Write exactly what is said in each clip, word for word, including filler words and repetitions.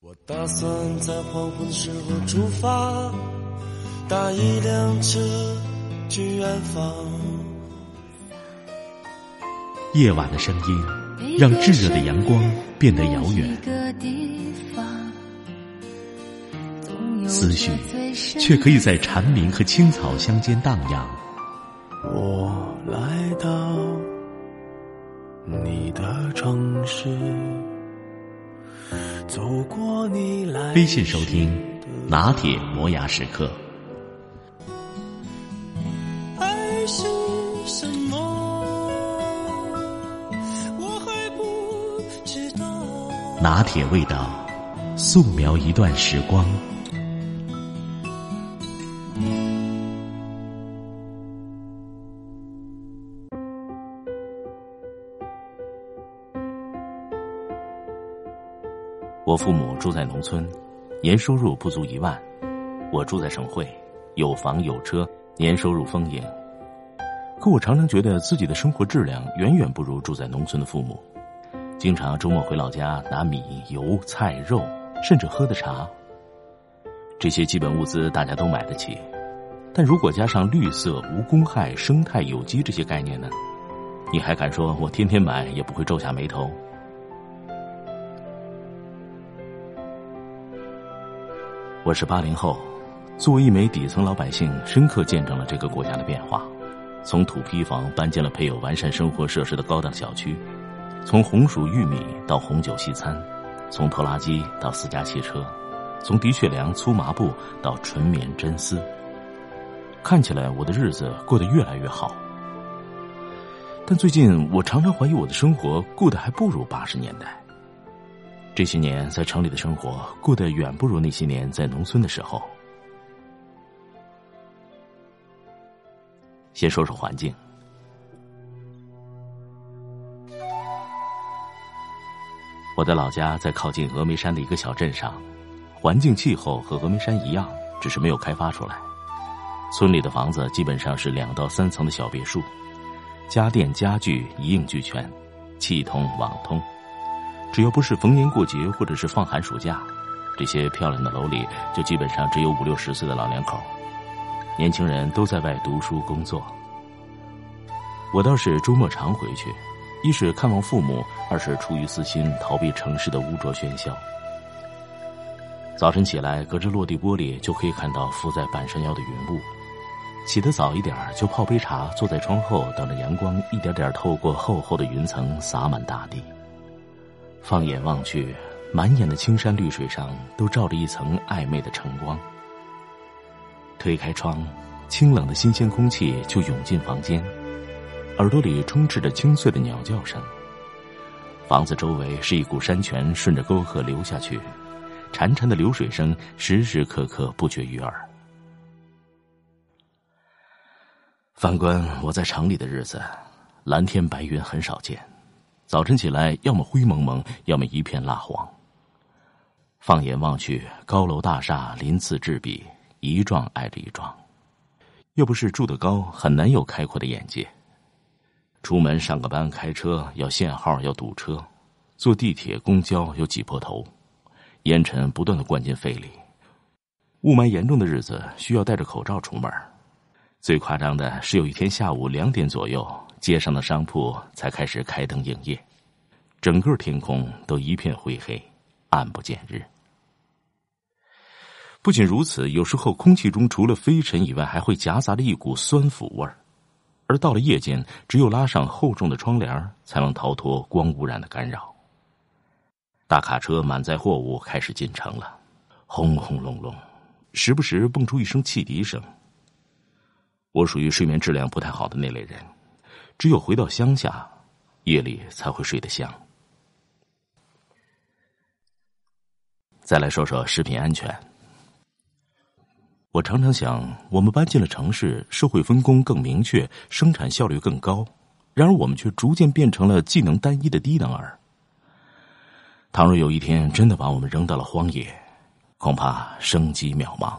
我打算在黄昏时候出发，搭一辆车去远方。 夜晚的声音让炙热的阳光变得遥远，思绪却可以在蝉鸣和青草乡间荡漾。 我来到你的城市，走过你来。 微信收听拿铁磨牙时刻。 爱是什么？我还不知道。 拿铁味道，素描一段时光。 我父母住在农村，年收入不足一万；我住在省会，有房有车，年收入丰盈。可我常常觉得自己的生活质量远远不如住在农村的父母，经常周末回老家拿米、油、菜、肉，甚至喝的茶。这些基本物资大家都买得起，但如果加上绿色、无公害、生态有机这些概念呢？你还敢说我天天买也不会皱下眉头？我是八零后，作为一枚底层老百姓，深刻见证了这个国家的变化。从土坯房搬进了配有完善生活设施的高档小区，从红薯玉米到红酒西餐，从拖拉机到私家汽车，从的确良粗麻布到纯棉真丝。看起来我的日子过得越来越好，但最近我常常怀疑我的生活过得还不如八十年代。这些年在城里的生活过得远不如那些年在农村的时候。先说说环境。我的老家在靠近峨眉山的一个小镇上，环境气候和峨眉山一样，只是没有开发出来。村里的房子基本上是两到三层的小别墅，家电家具一应俱全，气通网通。只要不是逢年过节或者是放寒暑假，这些漂亮的楼里就基本上只有五六十岁的老两口，年轻人都在外读书工作。我倒是周末常回去，一是看望父母，二是出于私心逃避城市的污浊喧嚣。早晨起来，隔着落地玻璃就可以看到浮在半山腰的云雾。起得早一点就泡杯茶，坐在窗后等着阳光一点点透过厚厚的云层洒满大地。放眼望去，满眼的青山绿水上都罩着一层暧昧的晨光。推开窗，清冷的新鲜空气就涌进房间，耳朵里充斥着清脆的鸟叫声。房子周围是一股山泉顺着沟壑流下去，潺潺的流水声时时刻刻不绝于耳。反观我在城里的日子，蓝天白云很少见，早晨起来要么灰蒙蒙，要么一片蜡黄。放眼望去，高楼大厦鳞次栉比，一幢挨着一幢。要不是住得高，很难有开阔的眼界。出门上个班开车要限号要堵车，坐地铁公交要挤破头，烟尘不断地灌进肺里。雾霾严重的日子需要戴着口罩出门。最夸张的是有一天下午两点左右，街上的商铺才开始开灯营业，整个天空都一片灰黑，暗不见日。不仅如此，有时候空气中除了飞尘以外，还会夹杂着一股酸腐味儿。而到了夜间，只有拉上厚重的窗帘，才能逃脱光污染的干扰。大卡车满载货物开始进城了，轰轰隆隆，时不时蹦出一声汽笛声。我属于睡眠质量不太好的那类人，只有回到乡下，夜里才会睡得香。再来说说食品安全。我常常想，我们搬进了城市，社会分工更明确，生产效率更高，然而我们却逐渐变成了技能单一的低能儿。倘若有一天真的把我们扔到了荒野，恐怕生机渺茫。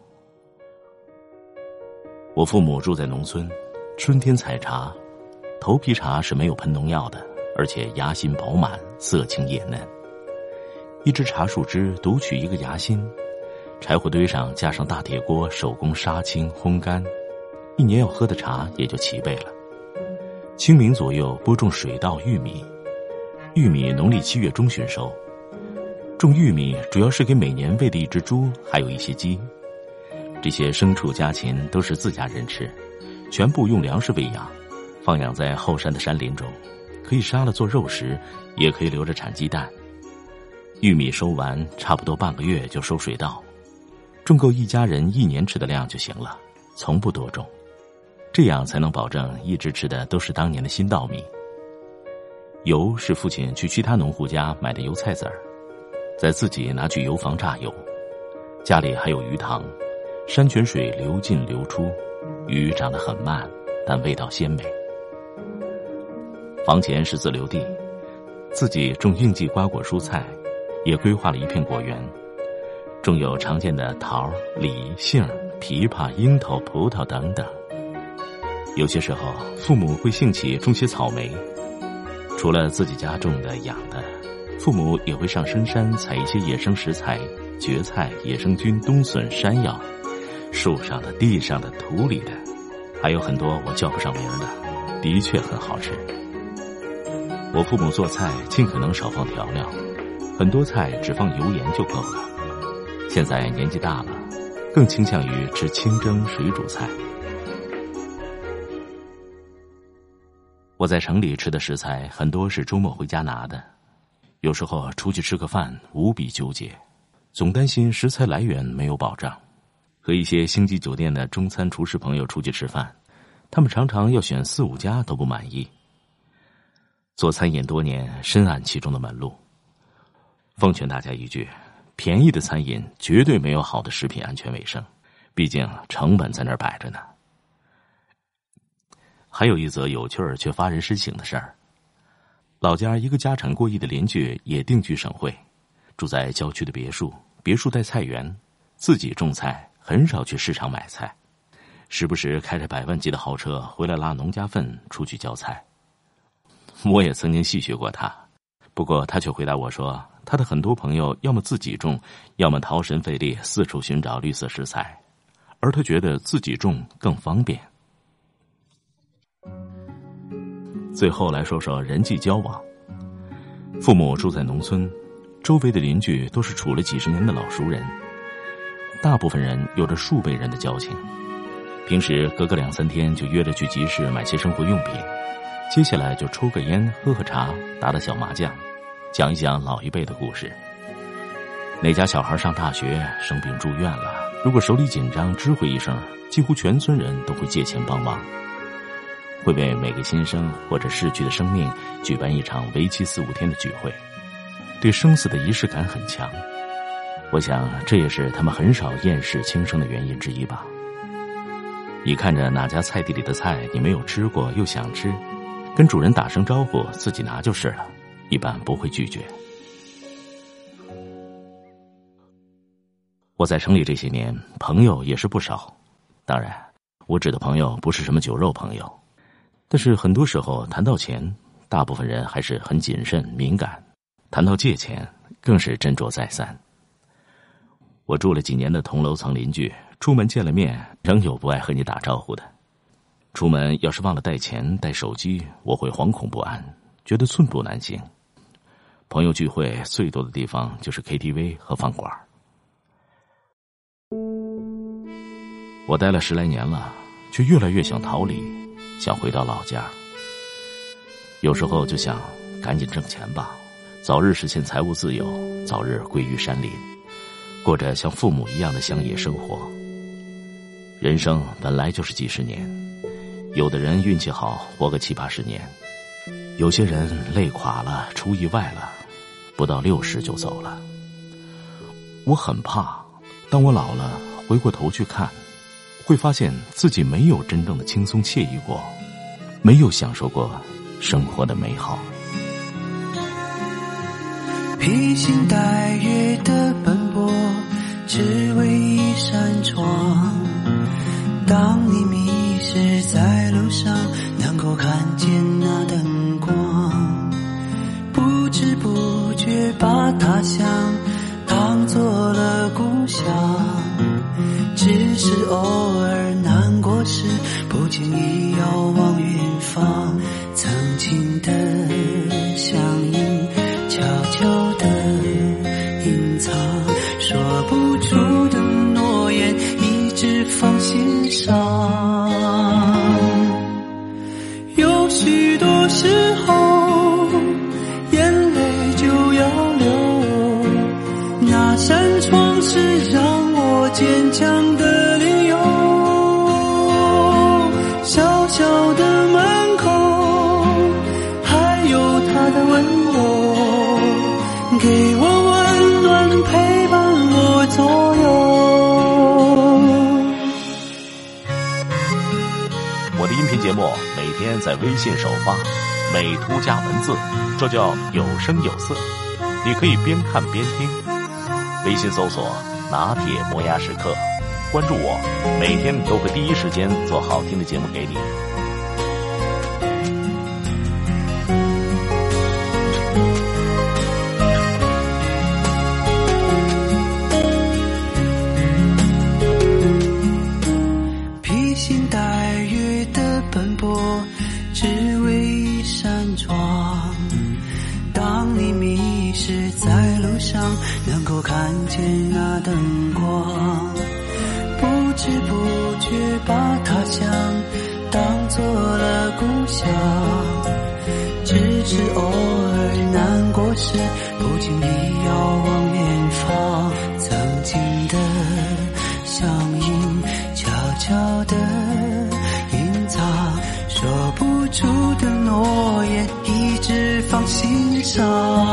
我父母住在农村，春天采茶，头皮茶是没有喷农药的，而且芽心饱满，色青叶嫩。 一只茶树枝独取一个芽心，柴火堆上加上大铁锅，手工杀青烘干，一年要喝的茶也就齐备了。清明左右播种水稻玉米，玉米农历七月中旬收。种玉米主要是给每年喂的一只猪，还有一些鸡。这些牲畜家禽都是自家人吃，全部用粮食喂养，放养在后山的山林中，可以杀了做肉食，也可以留着产鸡蛋。玉米收完差不多半个月就收水稻，种够一家人一年吃的量就行了，从不多种，这样才能保证一直吃的都是当年的新稻米。油是父亲去其他农户家买的油菜籽儿，再自己拿去油房榨油。家里还有鱼塘，山泉水流进流出，鱼长得很慢，但味道鲜美。房前是自留地，自己种应季瓜果蔬菜，也规划了一片果园，种有常见的桃、李、杏、枇杷、樱桃、葡萄等等。有些时候父母会兴起种些草莓，除了自己家种的养的，父母也会上深山采一些野生食材，蕨菜、野生菌、冬笋、山药，树上的、地上的、土里的，还有很多我叫不上名的，的确很好吃。我父母做菜尽可能少放调料，很多菜只放油盐就够了。现在年纪大了，更倾向于吃清蒸水煮菜。我在城里吃的食材很多是周末回家拿的，有时候出去吃个饭无比纠结，总担心食材来源没有保障。和一些星级酒店的中餐厨师朋友出去吃饭，他们常常要选四五家都不满意。做餐饮多年，深谙其中的门路。奉劝大家一句，便宜的餐饮绝对没有好的食品安全卫生，毕竟成本在那儿摆着呢。还有一则有趣儿却发人深省的事儿。老家一个家产过亿的邻居也定居省会，住在郊区的别墅，别墅带菜园，自己种菜，很少去市场买菜，时不时开着百万级的豪车回来拉农家粪出去浇菜。我也曾经戏谑过他，不过他却回答我说，他的很多朋友要么自己种，要么劳神费力四处寻找绿色食材，而他觉得自己种更方便。最后来说说人际交往。父母住在农村，周围的邻居都是处了几十年的老熟人，大部分人有着数辈人的交情，平时隔个两三天就约着去集市买些生活用品，接下来就抽个烟，喝喝茶，打打小麻将，讲一讲老一辈的故事。哪家小孩上大学生病住院了，如果手里紧张知会一声，几乎全村人都会借钱帮忙，会为每个新生或者逝去的生命举办一场为期四五天的聚会，对生死的仪式感很强。我想这也是他们很少厌世轻生的原因之一吧。你看着哪家菜地里的菜你没有吃过又想吃，跟主人打声招呼，自己拿就是了，一般不会拒绝。我在城里这些年，朋友也是不少，当然我指的朋友不是什么酒肉朋友，但是很多时候谈到钱，大部分人还是很谨慎敏感，谈到借钱更是斟酌再三。我住了几年的同楼层邻居，出门见了面仍有不爱和你打招呼的。出门要是忘了带钱带手机，我会惶恐不安，觉得寸步难行。朋友聚会最多的地方就是 K T V 和饭馆。我待了十来年了，却越来越想逃离，想回到老家。有时候就想赶紧挣钱吧，早日实现财务自由，早日归于山林，过着像父母一样的乡野生活。人生本来就是几十年，有的人运气好，活个七八十年，有些人累垮了，出意外了，不到六十就走了。我很怕，当我老了，回过头去看，会发现自己没有真正的轻松惬意过，没有享受过生活的美好。 披星戴月的奔波，只为一扇窗。当你迷失在路上，能够看见那灯光，不知不觉把他乡是偶尔难过时，不经意遥望远方，曾经的相依，悄悄地隐藏，说不出的诺言一直放心上。有许多时候眼泪就要流，那扇窗是让我坚强的理由，小小的门口还有他的温柔，给我温暖陪伴我左右。 我的音频节目每天在微信首发，美图加文字，这叫有声有色，你可以边看边听。微信搜索拿铁磨牙时刻，关注我，每天都会第一时间做好听的节目给你。 披星戴月的奔波，只为一扇窗。当你迷失在路上，能够看见那灯光，不知不觉把他乡当作了故乡。只是偶尔难过时，不经意遥望远方，曾经的相依，悄悄地隐藏，说不出的诺言一直放心上。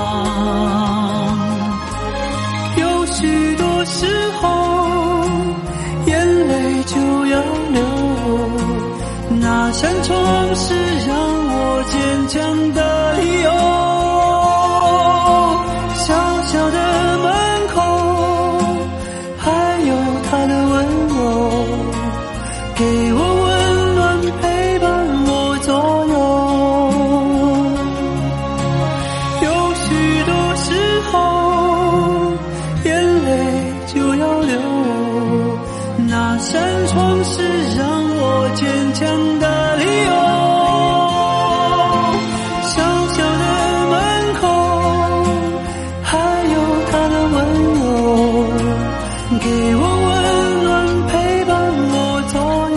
有许多时候眼泪就要流，那扇窗是让我坚强的理由，小小的门口还有他的温柔，给我温暖陪伴我左右。有许多时候眼泪就要流，那扇窗是让我坚强的理由，小小的门口还有他的温柔，给我温暖陪伴我左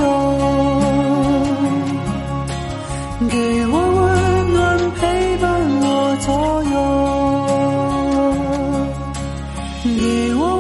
右，给我温暖陪伴我左右，给我